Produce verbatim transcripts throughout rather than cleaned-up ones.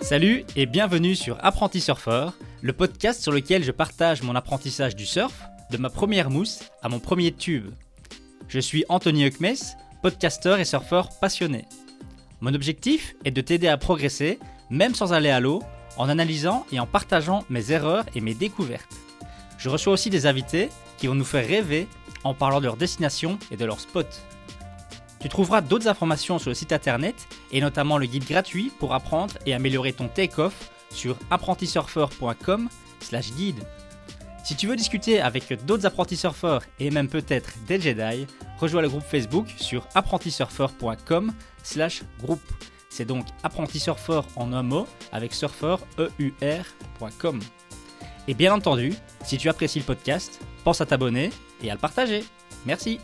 Salut et bienvenue sur Apprenti Surfeur, le podcast sur lequel je partage mon apprentissage du surf, de ma première mousse à mon premier tube. Je suis Anthony Huckmes, podcasteur et surfeur passionné. Mon objectif est de t'aider à progresser, même sans aller à l'eau, en analysant et en partageant mes erreurs et mes découvertes. Je reçois aussi des invités qui vont nous faire rêver en parlant de leur destination et de leur spot. Tu trouveras d'autres informations sur le site internet et notamment le guide gratuit pour apprendre et améliorer ton take-off sur apprentisurfeur point com slash guide. Si tu veux discuter avec d'autres apprentis surfeurs et même peut-être des Jedi, rejoins le groupe Facebook sur apprentisurfeur point com slash groupe. C'est donc apprentisurfeur en un mot avec surfeur e u r point com. Et bien entendu, si tu apprécies le podcast, pense à t'abonner et à le partager. Merci.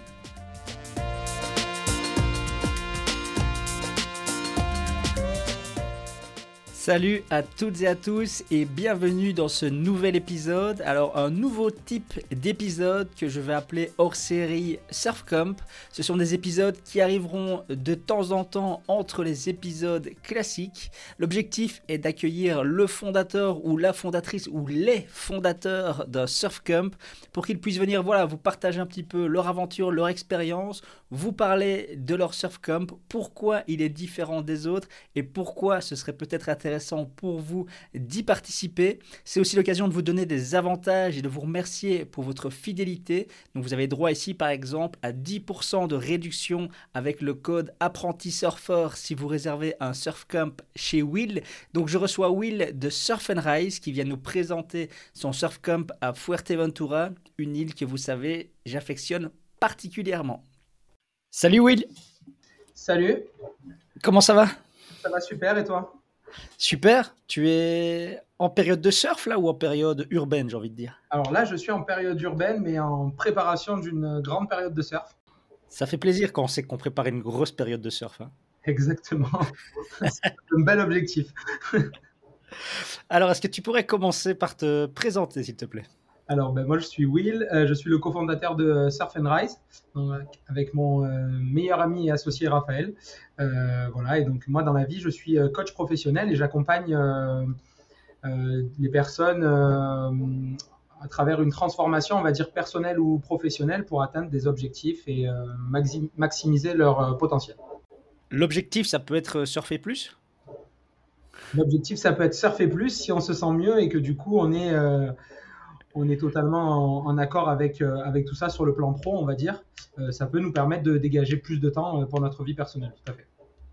Salut à toutes et à tous et bienvenue dans ce nouvel épisode. Alors un nouveau type d'épisode que je vais appeler hors série Surf Camp. Ce sont des épisodes qui arriveront de temps en temps entre les épisodes classiques. L'objectif est d'accueillir le fondateur ou la fondatrice ou les fondateurs d'un Surf Camp pour qu'ils puissent venir voilà, vous partager un petit peu leur aventure, leur expérience, vous parler de leur Surf Camp, pourquoi il est différent des autres et pourquoi ce serait peut-être intéressant pour vous d'y participer. C'est aussi l'occasion de vous donner des avantages et de vous remercier pour votre fidélité. Donc vous avez droit ici par exemple à dix pour cent de réduction avec le code apprenti surfeur si vous réservez un surf camp chez Will. Donc je reçois Will de Surf and Rise qui vient nous présenter son surf camp à Fuerteventura, une île que vous savez j'affectionne particulièrement. Salut Will. Salut. Comment ça va? Ça va super et toi? Super, tu es en période de surf là ou en période urbaine, j'ai envie de dire? Alors là, je suis en période urbaine, mais en préparation d'une grande période de surf. Ça fait plaisir quand on sait qu'on prépare une grosse période de surf. Hein. Exactement, c'est un bel objectif. Alors, est-ce que tu pourrais commencer par te présenter, s'il te plaît? Alors, ben, moi, je suis Will, euh, je suis le cofondateur de Surf and Rise, donc, avec mon euh, meilleur ami et associé Raphaël. Euh, voilà, et donc moi, dans la vie, je suis coach professionnel et j'accompagne euh, euh, les personnes euh, à travers une transformation, on va dire personnelle ou professionnelle, pour atteindre des objectifs et euh, maxi- maximiser leur euh, potentiel. L'objectif, ça peut être surfer plus? L'objectif, ça peut être surfer plus si on se sent mieux et que du coup, on est... Euh, on est totalement en, en accord avec, euh, avec tout ça sur le plan pro, on va dire. Euh, ça peut nous permettre de dégager plus de temps euh, pour notre vie personnelle, tout à fait.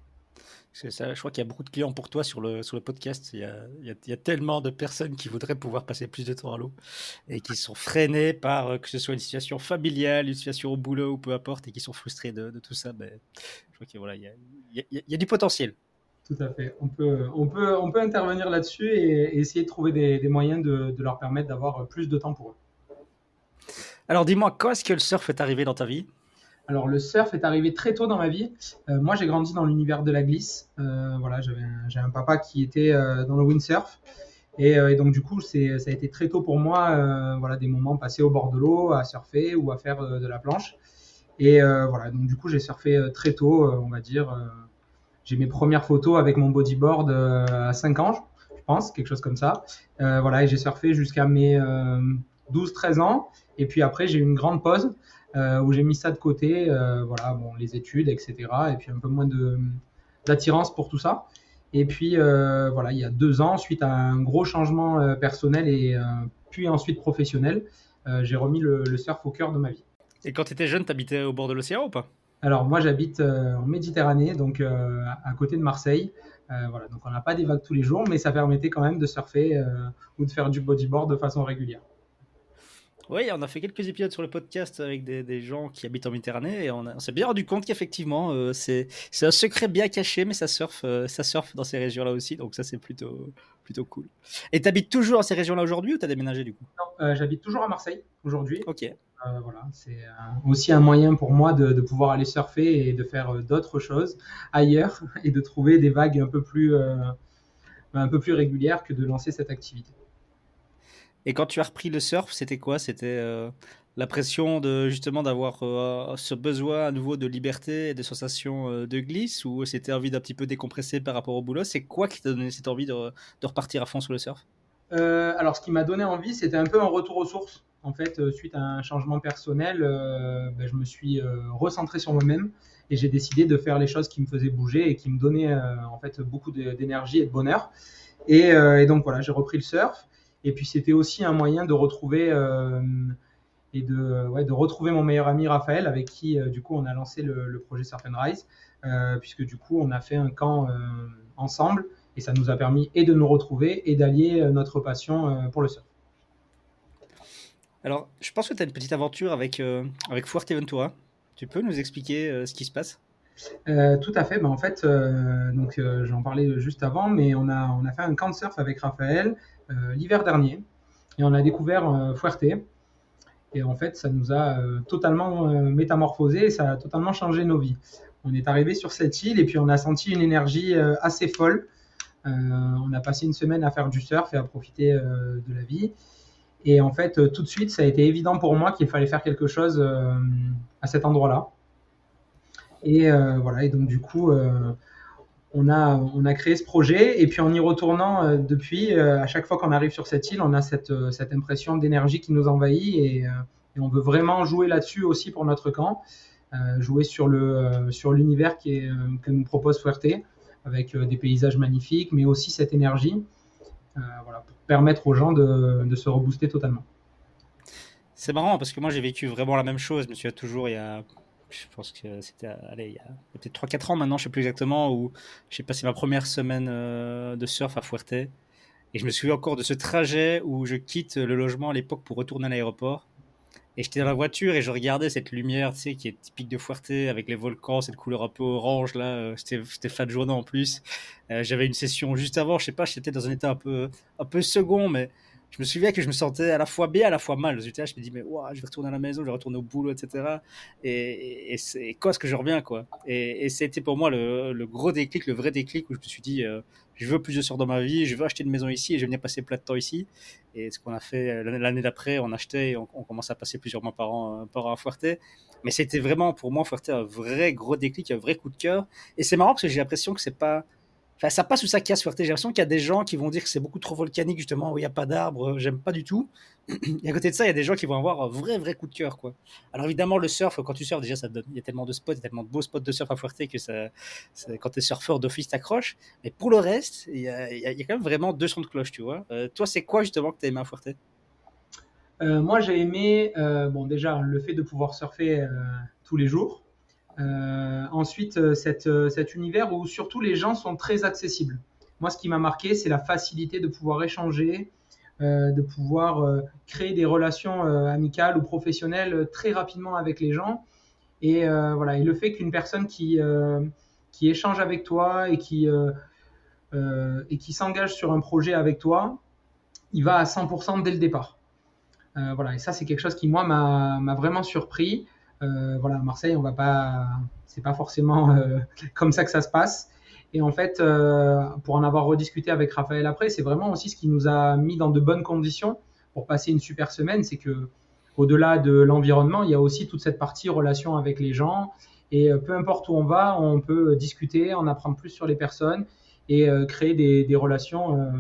C'est ça, je crois qu'il y a beaucoup de clients pour toi sur le, sur le podcast. Il y, a, il, y a, il y a tellement de personnes qui voudraient pouvoir passer plus de temps à l'eau et qui sont freinées par euh, que ce soit une situation familiale, une situation au boulot ou peu importe et qui sont frustrées de, de tout ça. Ben, je crois qu'il voilà, y a, il y, a, il y a du potentiel. Tout à fait. On peut, on peut, on peut intervenir là-dessus et, et essayer de trouver des, des moyens de, de leur permettre d'avoir plus de temps pour eux. Alors dis-moi, quand est-ce que le surf est arrivé dans ta vie? Alors le surf est arrivé très tôt dans ma vie. Euh, moi j'ai grandi dans l'univers de la glisse. Euh, voilà, j'avais un, j'ai un papa qui était euh, dans le windsurf. Et, euh, et donc du coup c'est, ça a été très tôt pour moi, euh, voilà, des moments passés au bord de l'eau, à surfer ou à faire euh, de la planche. Et euh, voilà, donc du coup j'ai surfé euh, très tôt, euh, on va dire... Euh, J'ai mes premières photos avec mon bodyboard euh, à cinq ans, je pense, quelque chose comme ça. Euh, voilà, et j'ai surfé jusqu'à mes euh, douze treize ans. Et puis après, j'ai eu une grande pause euh, où j'ai mis ça de côté. Euh, voilà, bon, les études, et cetera. Et puis un peu moins de, d'attirance pour tout ça. Et puis, euh, voilà, il y a deux ans, suite à un gros changement euh, personnel et euh, puis ensuite professionnel, euh, j'ai remis le, le surf au cœur de ma vie. Et quand tu étais jeune, tu habitais au bord de l'océan ou pas? Alors moi j'habite euh, en Méditerranée, donc euh, à côté de Marseille. Euh, voilà, donc on n'a pas des vagues tous les jours, mais ça permettait quand même de surfer euh, ou de faire du bodyboard de façon régulière. Oui, on a fait quelques épisodes sur le podcast avec des, des gens qui habitent en Méditerranée et on, a, on s'est bien rendu compte qu'effectivement euh, c'est, c'est un secret bien caché, mais ça surfe, euh, ça surfe dans ces régions-là aussi, donc ça c'est plutôt, plutôt cool. Et tu habites toujours dans ces régions-là aujourd'hui ou tu as déménagé du coup? Non, euh, j'habite toujours à Marseille aujourd'hui. Ok. Euh, voilà, c'est euh, aussi un moyen pour moi de, de pouvoir aller surfer et de faire euh, d'autres choses ailleurs et de trouver des vagues un peu plus, euh, un peu plus régulières que de lancer cette activité. Et quand tu as repris le surf, c'était quoi? C'était euh, la pression de justement d'avoir euh, ce besoin à nouveau de liberté et de sensations euh, de glisse, ou c'était envie d'un petit peu décompresser par rapport au boulot? C'est quoi qui t'a donné cette envie de, de repartir à fond sur le surf? Euh, alors, ce qui m'a donné envie, c'était un peu un retour aux sources. En fait, euh, suite à un changement personnel, euh, ben, je me suis euh, recentré sur moi-même et j'ai décidé de faire les choses qui me faisaient bouger et qui me donnaient euh, en fait beaucoup de- d'énergie et de bonheur. Et, euh, et donc voilà, j'ai repris le surf. Et puis c'était aussi un moyen de retrouver euh, et de, ouais, de retrouver mon meilleur ami Raphaël, avec qui euh, du coup on a lancé le, le projet Surf and Rise, euh, puisque du coup on a fait un camp euh, ensemble et ça nous a permis et de nous retrouver et d'allier euh, notre passion euh, pour le surf. Alors, je pense que tu as une petite aventure avec, euh, avec Fuerteventura. Tu peux nous expliquer euh, ce qui se passe? Euh, tout à fait. Ben, en fait, euh, donc euh, j'en parlais juste avant, mais on a, on a fait un camp de surf avec Raphaël euh, l'hiver dernier et on a découvert euh, Fuerte. Et en fait, ça nous a euh, totalement euh, métamorphosé, ça a totalement changé nos vies. On est arrivé sur cette île et puis on a senti une énergie euh, assez folle. Euh, on a passé une semaine à faire du surf et à profiter euh, de la vie. Et en fait, euh, tout de suite, ça a été évident pour moi qu'il fallait faire quelque chose euh, à cet endroit-là. Et euh, voilà, et donc du coup, euh, on a, on a créé ce projet. Et puis en y retournant euh, depuis, euh, à chaque fois qu'on arrive sur cette île, on a cette, euh, cette impression d'énergie qui nous envahit. Et, euh, et on veut vraiment jouer là-dessus aussi pour notre camp, euh, jouer sur, le, euh, sur l'univers qui est, euh, que nous propose Fuerte, avec euh, des paysages magnifiques, mais aussi cette énergie, euh, voilà, pour permettre aux gens de, de se rebooster totalement. C'est marrant parce que moi j'ai vécu vraiment la même chose. Je me souviens toujours, il y a, je pense que c'était, allez, il y a peut-être trois quatre ans maintenant, je sais plus exactement, où j'ai passé ma première semaine euh, de surf à Fuerte. Et je me souviens encore de ce trajet où je quitte le logement à l'époque pour retourner à l'aéroport. Et j'étais dans la voiture et je regardais cette lumière, tu sais, qui est typique de Fuerte, avec les volcans, cette couleur un peu orange, là. euh, C'était, c'était fin de journée en plus. Euh, j'avais une session juste avant, je sais pas, j'étais dans un état un peu, un peu second, mais je me souviens que je me sentais à la fois bien, à la fois mal. J'étais là, je me dis, mais ouah, je vais retourner à la maison, je vais retourner au boulot, et cetera. Et, et, et c'est quoi, est-ce que je reviens, quoi. Et, et c'était pour moi le, le gros déclic, le vrai déclic où je me suis dit, euh, je veux plus de surf dans ma vie, je veux acheter une maison ici et je vais venir passer plein de temps ici. Et ce qu'on a fait euh, l'année l'année d'après, on achetait et on, on commençait à passer plusieurs mois par an, euh, par an à Fuerte. Mais c'était vraiment pour moi Fuerte un vrai gros déclic, un vrai coup de cœur. Et c'est marrant parce que j'ai l'impression que c'est pas. Enfin, ça passe ou ça casse Fuerte. J'ai l'impression qu'il y a des gens qui vont dire que c'est beaucoup trop volcanique, justement, où il n'y a pas d'arbres. J'aime pas du tout. Et à côté de ça, il y a des gens qui vont avoir un vrai, vrai coup de cœur, quoi. Alors évidemment, le surf, quand tu surfes, déjà, ça te donne. Il y a tellement de spots, il y a tellement de beaux spots de surf à Fuerte que ça, ça- quand tu es surfeur d'office, t'accroches. Mais pour le reste, il y a, il y a- il y a quand même vraiment deux sons de cloche, tu vois. Euh, toi, c'est quoi justement que tu as aimé à Fuerte? Euh, moi, j'ai aimé, euh, bon, déjà, le fait de pouvoir surfer euh, tous les jours. Euh, ensuite, euh, cette, euh, cet univers où surtout les gens sont très accessibles. Moi, ce qui m'a marqué, c'est la facilité de pouvoir échanger, euh, de pouvoir euh, créer des relations euh, amicales ou professionnelles euh, très rapidement avec les gens. Et, euh, voilà, et le fait qu'une personne qui, euh, qui échange avec toi et qui, euh, euh, et qui s'engage sur un projet avec toi, il va à cent pour cent dès le départ. Euh, voilà, et ça, c'est quelque chose qui, moi, m'a m'a vraiment surpris. Euh, voilà, à Marseille, on va pas, c'est pas forcément euh, comme ça que ça se passe. Et en fait, euh, pour en avoir rediscuté avec Raphaël après, c'est vraiment aussi ce qui nous a mis dans de bonnes conditions pour passer une super semaine. C'est que, au-delà de l'environnement, il y a aussi toute cette partie relation avec les gens. Et euh, peu importe où on va, on peut discuter, en apprendre plus sur les personnes et euh, créer des, des relations euh,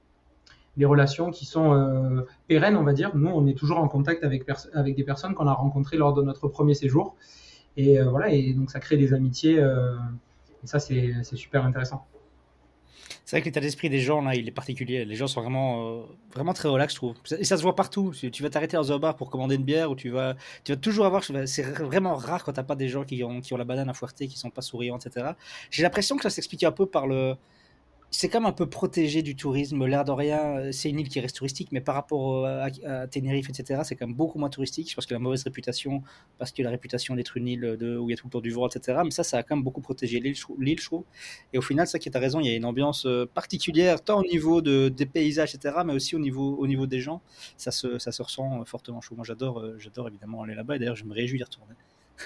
des relations qui sont euh, pérennes, on va dire. Nous, on est toujours en contact avec, avec des personnes qu'on a rencontrées lors de notre premier séjour. Et euh, voilà, et donc ça crée des amitiés. Euh, et ça, c'est c'est super intéressant. C'est vrai que l'état d'esprit des gens, là, il est particulier. Les gens sont vraiment, euh, vraiment très relax, je trouve. Et ça se voit partout. Tu tu vas t'arrêter dans un bar pour commander une bière ou tu vas, tu vas toujours avoir. C'est vraiment rare quand t'as pas des gens qui ont, qui ont la banane à fouetter, qui sont pas souriants, et cetera. J'ai l'impression que ça s'explique un peu par le, c'est comme un peu protégé du tourisme. L'air de rien, euh, c'est une île qui reste touristique, mais par rapport à, à Tenerife, et cetera, c'est quand même beaucoup moins touristique. Je pense qu'elle a une mauvaise réputation, parce que la réputation d'être une île de, où il y a tout le temps du vent, et cetera. Mais ça, ça a quand même beaucoup protégé l'île, l'île, je trouve. Et au final, ça qui est à raison, il y a une ambiance euh, particulière, tant au niveau de, des paysages, et cetera, mais aussi au niveau, au niveau des gens. Ça se, ça se ressent euh, fortement. Je trouve. Moi, j'adore, euh, j'adore évidemment aller là-bas. Et d'ailleurs, je me réjouis d'y retourner.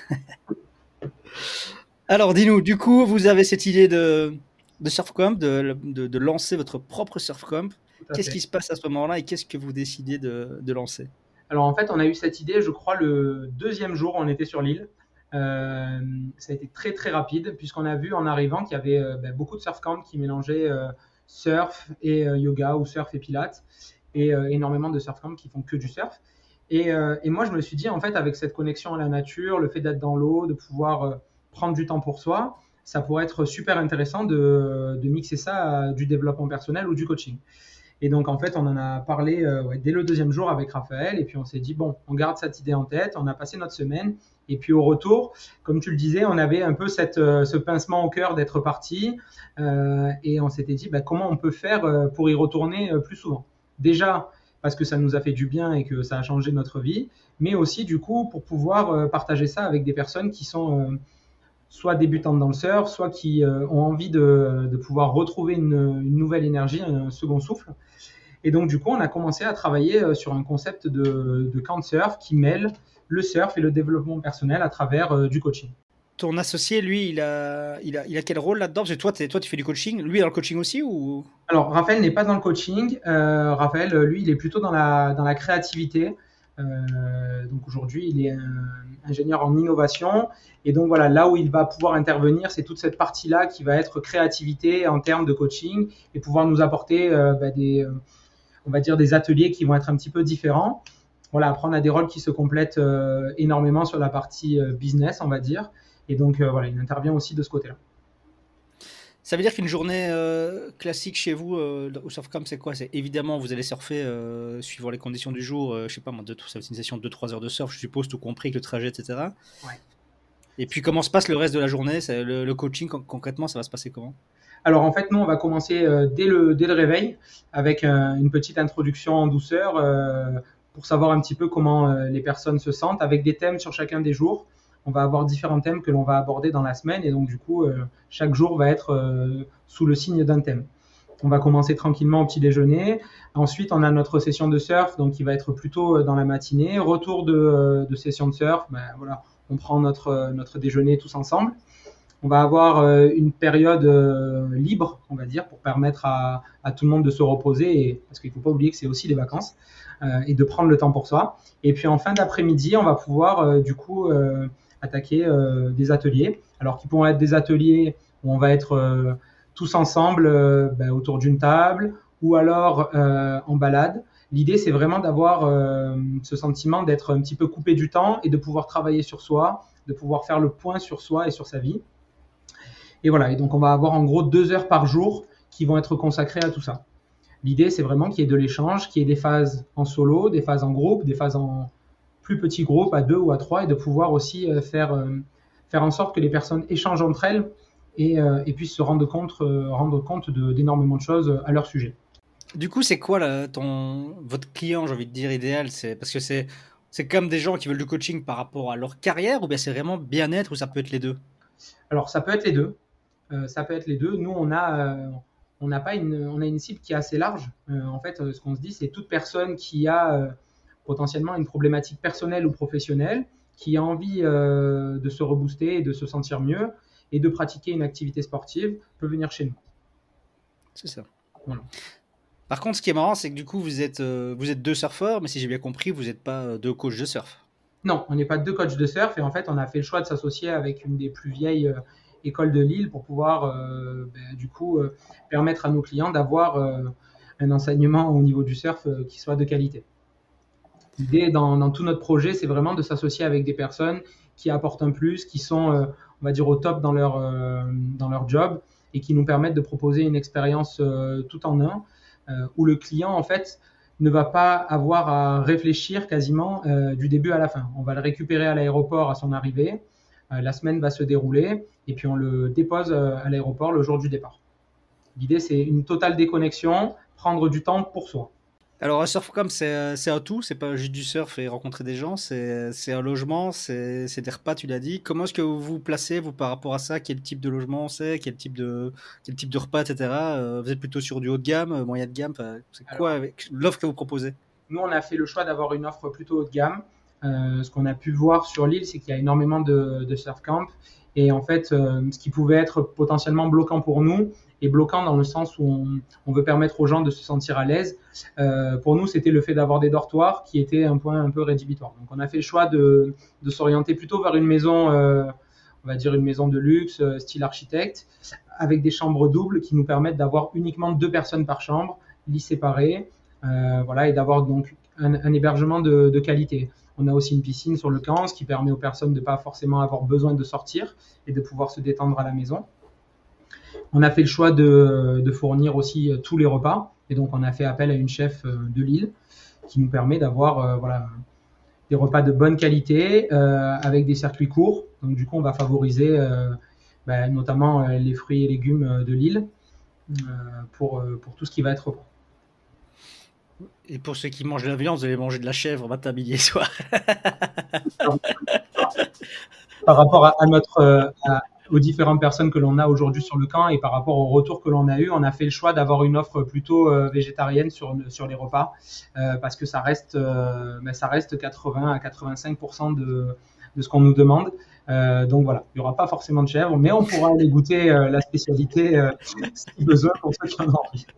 Alors, dis-nous, du coup, vous avez cette idée de, de surf camp, de, de, de lancer votre propre surf camp. Tout à Qu'est-ce fait. qui se passe à ce moment-là et qu'est-ce que vous décidez de, de lancer? Alors en fait, on a eu cette idée, je crois, le deuxième jour, on était sur l'île. Euh, ça a été très très rapide puisqu'on a vu en arrivant qu'il y avait euh, ben, beaucoup de surf camps qui mélangeaient euh, surf et euh, yoga ou surf et pilates et euh, énormément de surf camps qui font que du surf. Et, euh, et moi, je me suis dit, en fait, avec cette connexion à la nature, le fait d'être dans l'eau, de pouvoir euh, prendre du temps pour soi, ça pourrait être super intéressant de, de mixer ça à du développement personnel ou du coaching. Et donc, en fait, on en a parlé euh, ouais, dès le deuxième jour avec Raphaël. Et puis, on s'est dit, bon, on garde cette idée en tête. On a passé notre semaine. Et puis, au retour, comme tu le disais, on avait un peu cette, euh, ce pincement au cœur d'être parti. Euh, et on s'était dit, bah, comment on peut faire euh, pour y retourner euh, plus souvent. Déjà, parce que ça nous a fait du bien et que ça a changé notre vie. Mais aussi, du coup, pour pouvoir euh, partager ça avec des personnes qui sont euh, soit débutantes dans le surf, soit qui euh, ont envie de, de pouvoir retrouver une, une nouvelle énergie, un second souffle. Et donc, du coup, on a commencé à travailler sur un concept de, de camp de surf qui mêle le surf et le développement personnel à travers euh, du coaching. Ton associé, lui, il a, il a, il a quel rôle là-dedans? Parce que toi, toi, tu fais du coaching. Lui, est dans le coaching aussi ou... Alors, Raphaël n'est pas dans le coaching. Euh, Raphaël, lui, il est plutôt dans la, dans la créativité. Euh, donc, aujourd'hui, il est un, ingénieur en innovation. Et donc, voilà, là où il va pouvoir intervenir, c'est toute cette partie-là qui va être créativité en termes de coaching et pouvoir nous apporter euh, bah, des... Euh, on va dire des ateliers qui vont être un petit peu différents. Voilà, après, on a des rôles qui se complètent euh, énormément sur la partie euh, business, on va dire. Et donc, euh, voilà, il intervient aussi de ce côté-là. Ça veut dire qu'une journée euh, classique chez vous euh, au Surfcamp, c'est quoi? C'est évidemment, vous allez surfer euh, suivant les conditions du jour. Euh, je sais pas, moi, deux, ça va être une session de deux trois heures de surf, je suppose, tout compris, avec le trajet, et cetera. Ouais. Et puis, comment se passe le reste de la journée? le, le coaching, con- concrètement, ça va se passer comment? Alors, en fait, nous, on va commencer euh, dès, le, dès le réveil avec euh, une petite introduction en douceur euh, pour savoir un petit peu comment euh, les personnes se sentent, avec des thèmes sur chacun des jours. On va avoir différents thèmes que l'on va aborder dans la semaine et donc, du coup, euh, chaque jour va être euh, sous le signe d'un thème. On va commencer tranquillement au petit déjeuner. Ensuite, on a notre session de surf, donc qui va être plutôt dans la matinée. Retour de, de session de surf, ben, voilà, on prend notre, notre déjeuner tous ensemble. On va avoir euh, une période euh, libre, on va dire, pour permettre à, à tout le monde de se reposer, et, parce qu'il ne faut pas oublier que c'est aussi les vacances, euh, et de prendre le temps pour soi. Et puis en fin d'après-midi, on va pouvoir euh, du coup euh, attaquer euh, des ateliers, alors qui pourront être des ateliers où on va être euh, tous ensemble euh, ben, autour d'une table, ou alors euh, en balade. L'idée, c'est vraiment d'avoir euh, ce sentiment d'être un petit peu coupé du temps et de pouvoir travailler sur soi, de pouvoir faire le point sur soi et sur sa vie. Et voilà, et donc on va avoir en gros deux heures par jour qui vont être consacrées à tout ça. L'idée, c'est vraiment qu'il y ait de l'échange, qu'il y ait des phases en solo, des phases en groupe, des phases en plus petits groupes, à deux ou à trois, et de pouvoir aussi faire, faire en sorte que les personnes échangent entre elles et, et puissent se rendre compte, rendre compte de, d'énormément de choses à leur sujet. Du coup, c'est quoi là, ton, votre client, j'ai envie de dire, idéal? C'est, parce que c'est, c'est comme des gens qui veulent du coaching par rapport à leur carrière, ou bien c'est vraiment bien-être, ou ça peut être les deux? Alors, ça peut être les deux. Euh, ça peut être les deux. Nous, on a, euh, on a pas une, on a une cible qui est assez large. Euh, en fait, euh, ce qu'on se dit, c'est toute personne qui a euh, potentiellement une problématique personnelle ou professionnelle, qui a envie euh, de se rebooster et de se sentir mieux et de pratiquer une activité sportive, peut venir chez nous. C'est ça. Voilà. Par contre, ce qui est marrant, c'est que du coup, vous êtes, euh, vous êtes deux surfeurs, mais si j'ai bien compris, vous n'êtes pas deux coachs de surf. Non, on n'est pas deux coachs de surf et en fait, on a fait le choix de s'associer avec une des plus vieilles euh, écoles de Lille pour pouvoir, euh, ben, du coup, euh, permettre à nos clients d'avoir euh, un enseignement au niveau du surf euh, qui soit de qualité. L'idée dans, dans tout notre projet, c'est vraiment de s'associer avec des personnes qui apportent un plus, qui sont, euh, on va dire, au top dans leur, euh, dans leur job et qui nous permettent de proposer une expérience euh, tout en un euh, où le client, en fait, ne va pas avoir à réfléchir quasiment euh, du début à la fin. On va le récupérer à l'aéroport à son arrivée, euh, la semaine va se dérouler et puis on le dépose euh, à l'aéroport le jour du départ. L'idée, c'est une totale déconnexion, prendre du temps pour soi. Alors, un surfcamp, c'est, c'est un tout, c'est pas juste du surf et rencontrer des gens, c'est, c'est un logement, c'est, c'est des repas, tu l'as dit. Comment est-ce que vous vous placez, vous, par rapport à ça? Quel type de logement c'est? Quel type de, quel type de repas, et cetera. Euh, vous êtes plutôt sur du haut de gamme, moyen de gamme? C'est quoi Alors, avec l'offre que vous proposez? Nous, on a fait le choix d'avoir une offre plutôt haut de gamme. Euh, ce qu'on a pu voir sur l'île, c'est qu'il y a énormément de, de surf camp. Et en fait, euh, ce qui pouvait être potentiellement bloquant pour nous est bloquant dans le sens où on, on veut permettre aux gens de se sentir à l'aise. Euh, pour nous, c'était le fait d'avoir des dortoirs qui était un point un peu rédhibitoire. Donc, on a fait le choix de, de s'orienter plutôt vers une maison, euh, on va dire une maison de luxe, euh, style architecte, avec des chambres doubles qui nous permettent d'avoir uniquement deux personnes par chambre, lits séparés, euh, voilà, et d'avoir donc un, un hébergement de, de qualité. On a aussi une piscine sur le camp, ce qui permet aux personnes de ne pas forcément avoir besoin de sortir et de pouvoir se détendre à la maison. On a fait le choix de, de fournir aussi tous les repas, et donc on a fait appel à une chef de Lille qui nous permet d'avoir euh, voilà, des repas de bonne qualité euh, avec des circuits courts. Donc du coup, on va favoriser euh, bah, notamment euh, les fruits et légumes de Lille euh, pour, pour tout ce qui va être repas. Et pour ceux qui mangent de la viande, vous allez manger de la chèvre matin, midi et soir. Par rapport à, à notre, à, aux différentes personnes que l'on a aujourd'hui sur le camp et par rapport au retour que l'on a eu, on a fait le choix d'avoir une offre plutôt euh, végétarienne sur, sur les repas euh, parce que ça reste, euh, ben, ça reste quatre-vingts à quatre-vingt-cinq pour cent de, de ce qu'on nous demande. Euh, donc voilà, il n'y aura pas forcément de chèvre, mais on pourra aller goûter euh, la spécialité euh, si besoin pour ceux qui en ont envie.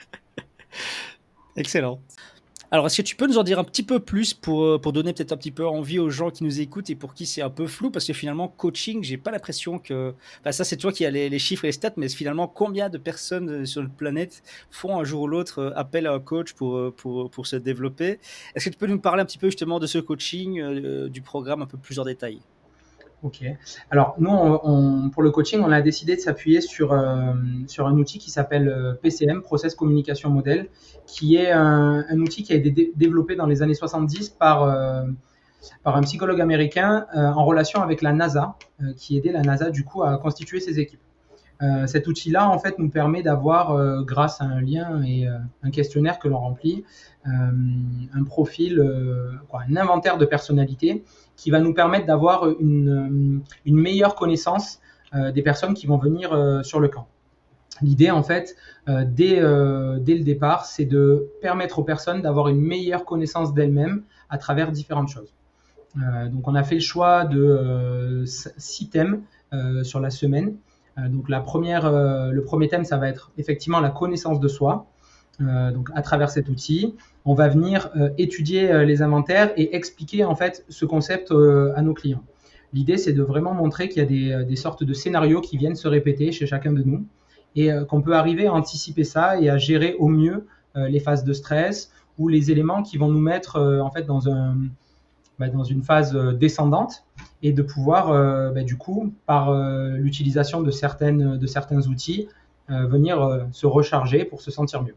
Excellent. Alors, est-ce que tu peux nous en dire un petit peu plus pour, pour donner peut-être un petit peu envie aux gens qui nous écoutent et pour qui c'est un peu flou? Parce que finalement, coaching, j'ai pas l'impression que... Enfin, ça, c'est toi qui as les, les chiffres et les stats, mais finalement, combien de personnes sur notre planète font un jour ou l'autre appel à un coach pour, pour, pour se développer? Est-ce que tu peux nous parler un petit peu justement de ce coaching, euh, du programme un peu plus en détail? Ok. Alors, nous, on, on, pour le coaching, on a décidé de s'appuyer sur, euh, sur un outil qui s'appelle P C M, Process Communication Model, qui est un, un outil qui a été dé- développé dans les années soixante-dix par, euh, par un psychologue américain euh, en relation avec la NASA, euh, qui aidait la NASA, du coup, à constituer ses équipes. Euh, cet outil-là, en fait, nous permet d'avoir, euh, grâce à un lien et euh, un questionnaire que l'on remplit, euh, un profil, euh, quoi, un inventaire de personnalité qui va nous permettre d'avoir une, une meilleure connaissance euh, des personnes qui vont venir euh, sur le camp. L'idée, en fait, euh, dès, euh, dès le départ, c'est de permettre aux personnes d'avoir une meilleure connaissance d'elles-mêmes à travers différentes choses. Euh, donc, on a fait le choix de euh, six thèmes euh, sur la semaine. Euh, donc, la première, euh, le premier thème, ça va être effectivement la connaissance de soi. Euh, donc, à travers cet outil, on va venir euh, étudier euh, les inventaires et expliquer en fait ce concept euh, à nos clients. L'idée, c'est de vraiment montrer qu'il y a des, des sortes de scénarios qui viennent se répéter chez chacun de nous et euh, qu'on peut arriver à anticiper ça et à gérer au mieux euh, les phases de stress ou les éléments qui vont nous mettre euh, en fait dans un bah, dans une phase descendante et de pouvoir, euh, bah, du coup, par euh, l'utilisation de, certaines, de certains outils, euh, venir euh, se recharger pour se sentir mieux.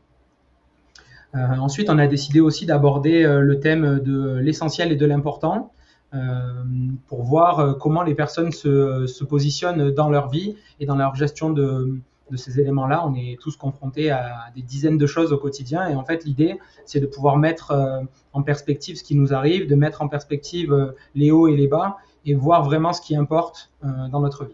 Euh, ensuite, on a décidé aussi d'aborder euh, le thème de l'essentiel et de l'important euh, pour voir euh, comment les personnes se, se positionnent dans leur vie et dans leur gestion de, de ces éléments-là. On est tous confrontés à des dizaines de choses au quotidien et en fait, l'idée, c'est de pouvoir mettre euh, en perspective ce qui nous arrive, de mettre en perspective euh, les hauts et les bas et voir vraiment ce qui importe euh, dans notre vie.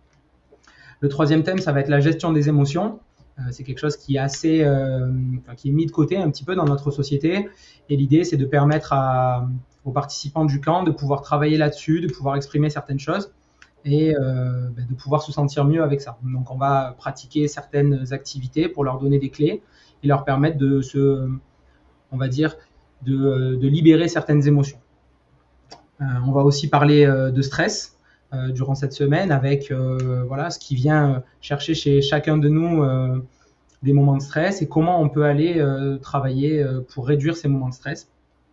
Le troisième thème, ça va être la gestion des émotions. Euh, c'est quelque chose qui est assez, euh, enfin, qui est mis de côté un petit peu dans notre société. Et l'idée, c'est de permettre à, aux participants du camp de pouvoir travailler là-dessus, de pouvoir exprimer certaines choses et euh, ben, de pouvoir se sentir mieux avec ça. Donc, on va pratiquer certaines activités pour leur donner des clés et leur permettre de se, on va dire, de, de libérer certaines émotions. Euh, on va aussi parler euh, de stress euh, durant cette semaine avec euh, voilà, ce qui vient chercher chez chacun de nous euh, des moments de stress et comment on peut aller euh, travailler euh, pour réduire ces moments de stress.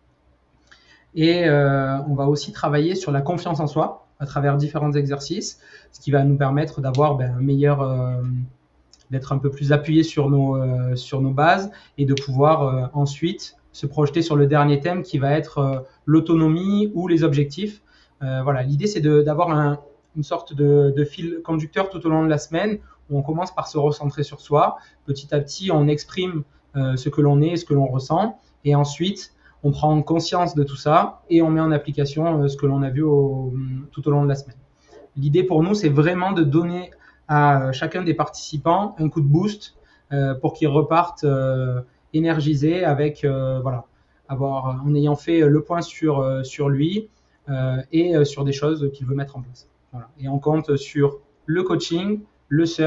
Et euh, on va aussi travailler sur la confiance en soi à travers différents exercices, ce qui va nous permettre d'avoir ben, un meilleur, euh, d'être un peu plus appuyé sur nos, euh, sur nos bases et de pouvoir euh, ensuite se projeter sur le dernier thème qui va être euh, l'autonomie ou les objectifs. Euh, voilà, l'idée c'est de, d'avoir un, une sorte de, de fil conducteur tout au long de la semaine où on commence par se recentrer sur soi. Petit à petit, on exprime euh, ce que l'on est, ce que l'on ressent, et ensuite on prend conscience de tout ça et on met en application euh, ce que l'on a vu au, tout au long de la semaine. L'idée pour nous, c'est vraiment de donner à chacun des participants un coup de boost euh, pour qu'ils repartent euh, énergisés avec, euh, voilà, avoir, en ayant fait le point sur, euh, sur lui euh, et euh, sur des choses qu'il veut mettre en place. Voilà. Et on compte sur le coaching, le surf,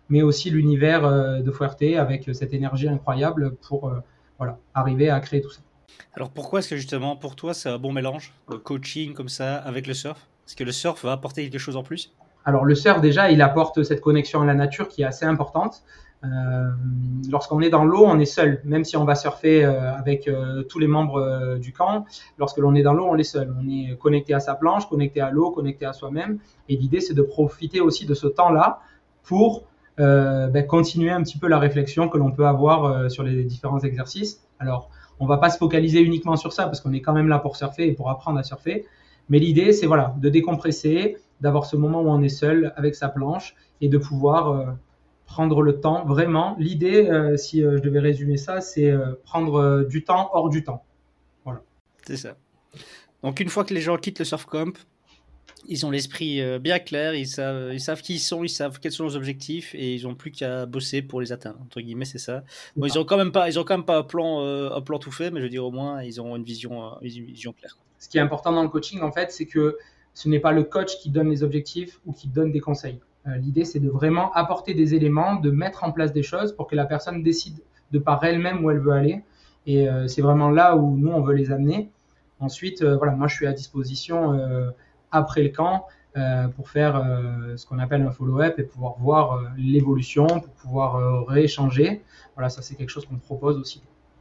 mais aussi l'univers euh, de Fuerte avec cette énergie incroyable pour euh, voilà, arriver à créer tout ça. Alors pourquoi est-ce que justement pour toi c'est un bon mélange, euh, coaching comme ça avec le surf? Est-ce que le surf va apporter quelque chose en plus? Alors le surf déjà, il apporte cette connexion à la nature qui est assez importante. Euh, lorsqu'on est dans l'eau, on est seul, même si on va surfer euh, avec euh, tous les membres euh, du camp. Lorsque l'on est dans l'eau, on est seul. On est connecté à sa planche, connecté à l'eau, connecté à soi-même. Et l'idée, c'est de profiter aussi de ce temps-là pour euh, ben, continuer un petit peu la réflexion que l'on peut avoir euh, sur les différents exercices. Alors, on va pas se focaliser uniquement sur ça parce qu'on est quand même là pour surfer et pour apprendre à surfer. Mais l'idée, c'est voilà, de décompresser, d'avoir ce moment où on est seul avec sa planche et de pouvoir euh, prendre le temps. Vraiment, l'idée, euh, si euh, je devais résumer ça, c'est euh, prendre euh, du temps hors du temps. Voilà. C'est ça. Donc une fois que les gens quittent le surf comp, ils ont l'esprit euh, bien clair, ils savent, ils savent qui ils sont, ils savent quels sont leurs objectifs et ils n'ont plus qu'à bosser pour les atteindre. Entre guillemets, c'est ça. Bon, ils ont quand même pas, ils ont quand même pas un plan, euh, un plan tout fait, mais je veux dire au moins ils ont une vision, euh, une vision claire. Ce qui est important dans le coaching, en fait, c'est que ce n'est pas le coach qui donne les objectifs ou qui donne des conseils. Euh, l'idée, c'est de vraiment apporter des éléments, de mettre en place des choses pour que la personne décide de par elle-même où elle veut aller. Et euh, c'est vraiment là où nous, on veut les amener. Ensuite, euh, voilà, moi, je suis à disposition euh, après le camp euh, pour faire euh, ce qu'on appelle un follow-up et pouvoir voir euh, l'évolution, pour pouvoir euh, rééchanger. Voilà, ça, c'est quelque chose qu'on propose aussi.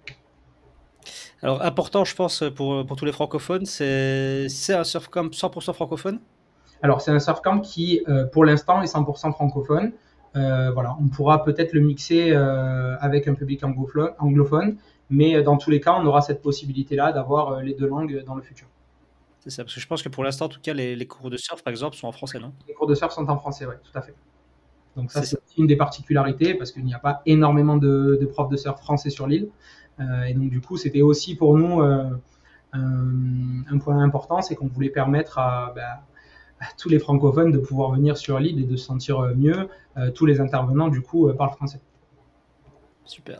Alors important, je pense, pour, pour tous les francophones, c'est, c'est un surf camp cent pour cent francophone. Alors, c'est un surf camp qui, euh, pour l'instant, est cent pour cent francophone. Euh, voilà, on pourra peut-être le mixer euh, avec un public anglophone, mais dans tous les cas, on aura cette possibilité-là d'avoir les deux langues dans le futur. C'est ça, parce que je pense que pour l'instant, en tout cas, les, les cours de surf, par exemple, sont en français, non? Les cours de surf sont en français, oui, tout à fait. Donc ça, C'est c'est ça. une des particularités, parce qu'il n'y a pas énormément de, de profs de surf français sur l'île. Euh, et donc, du coup, c'était aussi pour nous euh, un, un point important, c'est qu'on voulait permettre à... Bah, à tous les francophones de pouvoir venir sur l'île et de se sentir mieux. Euh, tous les intervenants, du coup, euh, parlent français. Super.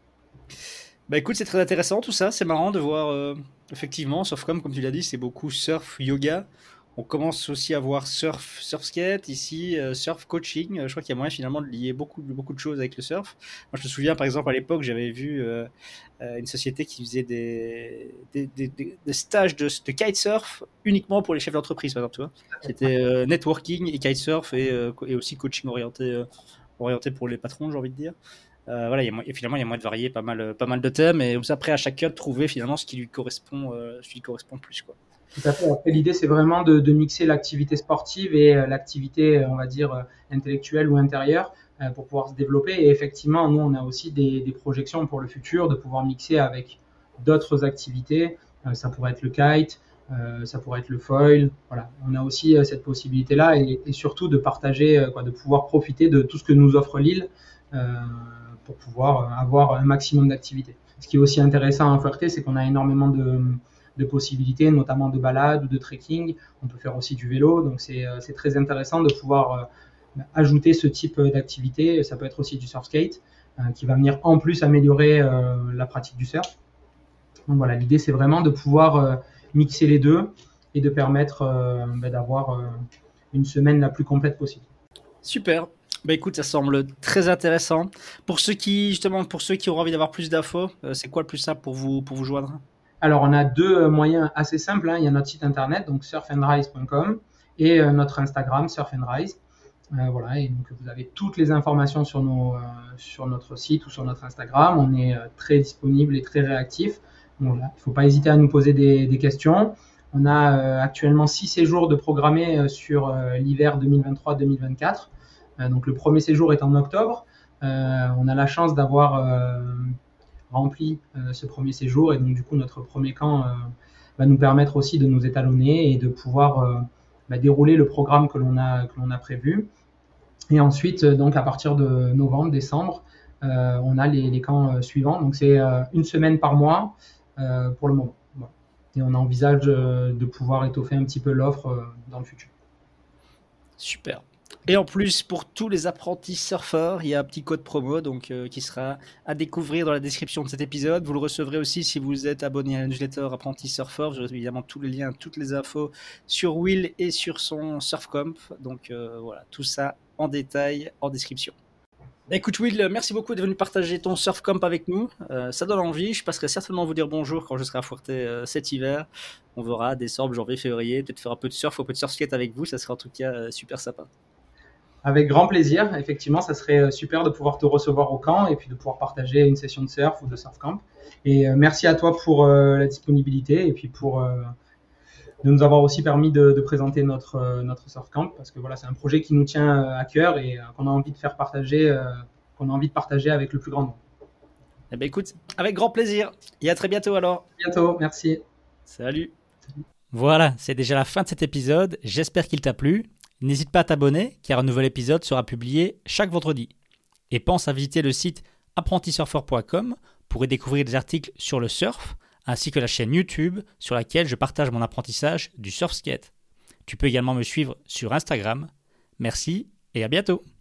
Bah écoute, c'est très intéressant tout ça. C'est marrant de voir, euh, effectivement, Surfcom, comme tu l'as dit, c'est beaucoup surf, yoga. On commence aussi à voir surf, surf skate, ici, euh, surf coaching. Euh, je crois qu'il y a moyen finalement de lier beaucoup, beaucoup de choses avec le surf. Moi, je me souviens, par exemple, à l'époque, j'avais vu euh, euh, une société qui faisait des, des, des, des- des stages de, de kitesurf uniquement pour les chefs d'entreprise, par exemple, tu vois. C'était euh, networking et kitesurf et, euh, co- et aussi coaching orienté, euh, orienté pour les patrons, j'ai envie de dire. Euh, voilà, il y a, mo- et finalement, il y a moyen de varier pas mal, euh, pas mal de thèmes et comme ça, après, à chacun de trouver finalement ce qui lui correspond, euh, ce qui lui correspond le plus, quoi. Tout à fait. Après, l'idée, c'est vraiment de, de mixer l'activité sportive et euh, l'activité, euh, on va dire, euh, intellectuelle ou intérieure euh, pour pouvoir se développer. Et effectivement, nous, on a aussi des, des projections pour le futur, de pouvoir mixer avec d'autres activités. Euh, ça pourrait être le kite, euh, ça pourrait être le foil. Voilà, on a aussi euh, cette possibilité-là et, et surtout de partager, euh, quoi, de pouvoir profiter de tout ce que nous offre l'île euh, pour pouvoir euh, avoir un maximum d'activités. Ce qui est aussi intéressant à Fuerte, c'est qu'on a énormément de de possibilités, notamment de balade ou de trekking. On peut faire aussi du vélo, donc c'est c'est très intéressant de pouvoir euh, ajouter ce type d'activité. Ça peut être aussi du surf skate, euh, qui va venir en plus améliorer euh, la pratique du surf. Donc voilà, l'idée c'est vraiment de pouvoir euh, mixer les deux et de permettre euh, bah, d'avoir euh, une semaine la plus complète possible. Super. Bah écoute, ça semble très intéressant. Pour ceux qui, justement, pour ceux qui auront envie d'avoir plus d'infos, euh, c'est quoi le plus simple pour vous, pour vous joindre? Alors, on a deux moyens assez simples, hein. Il y a notre site internet, donc surf and rise point com, et euh, notre Instagram, surf and rise. Euh, voilà, et donc vous avez toutes les informations sur, nos, euh, sur notre site ou sur notre Instagram. On est euh, très disponible et très réactif. Voilà, il ne faut pas hésiter à nous poser des, des questions. On a euh, actuellement six séjours de programmés euh, sur euh, l'hiver deux mille vingt-trois deux mille vingt-quatre. Euh, donc le premier séjour est en octobre. Euh, on a la chance d'avoir euh, rempli euh, ce premier séjour et donc du coup notre premier camp euh, va nous permettre aussi de nous étalonner et de pouvoir euh, bah, dérouler le programme que l'on a, que l'on a prévu. Et ensuite, donc à partir de novembre, décembre, euh, on a les, les camps euh, suivants. Donc c'est euh, une semaine par mois euh, pour le moment. Voilà. Et on envisage euh, de pouvoir étoffer un petit peu l'offre euh, dans le futur. Super. Et en plus, pour tous les apprentis surfeurs, il y a un petit code promo donc, euh, qui sera à découvrir dans la description de cet épisode. Vous le recevrez aussi si vous êtes abonné à la newsletter Apprenti Surfeur. Vous aurez évidemment tous les liens, toutes les infos sur Will et sur son SurfComp. Donc euh, voilà, tout ça en détail en description. Bah, écoute Will, merci beaucoup d'être venu partager ton surfcamp avec nous. Euh, ça donne envie. Je passerai certainement vous dire bonjour quand je serai à Fuerte euh, cet hiver. On verra décembre, janvier, février. Peut-être faire un peu de surf ou un peu de surf skate avec vous. Ça sera en tout cas euh, super sympa. Avec grand plaisir. Effectivement, ça serait super de pouvoir te recevoir au camp et puis de pouvoir partager une session de surf ou de surf camp. Et euh, merci à toi pour euh, la disponibilité et puis pour euh, de nous avoir aussi permis de, de présenter notre, euh, notre surf camp, parce que voilà, c'est un projet qui nous tient à cœur et euh, qu'on a envie de faire partager, euh, qu'on a envie de partager avec le plus grand nombre. Eh ben écoute, avec grand plaisir. Et à très bientôt alors. À bientôt, merci. Salut. Voilà, c'est déjà la fin de cet épisode. J'espère qu'il t'a plu. N'hésite pas à t'abonner car un nouvel épisode sera publié chaque vendredi. Et pense à visiter le site apprenti surfer point com pour y découvrir des articles sur le surf, ainsi que la chaîne YouTube sur laquelle je partage mon apprentissage du surf skate. Tu peux également me suivre sur Instagram. Merci et à bientôt.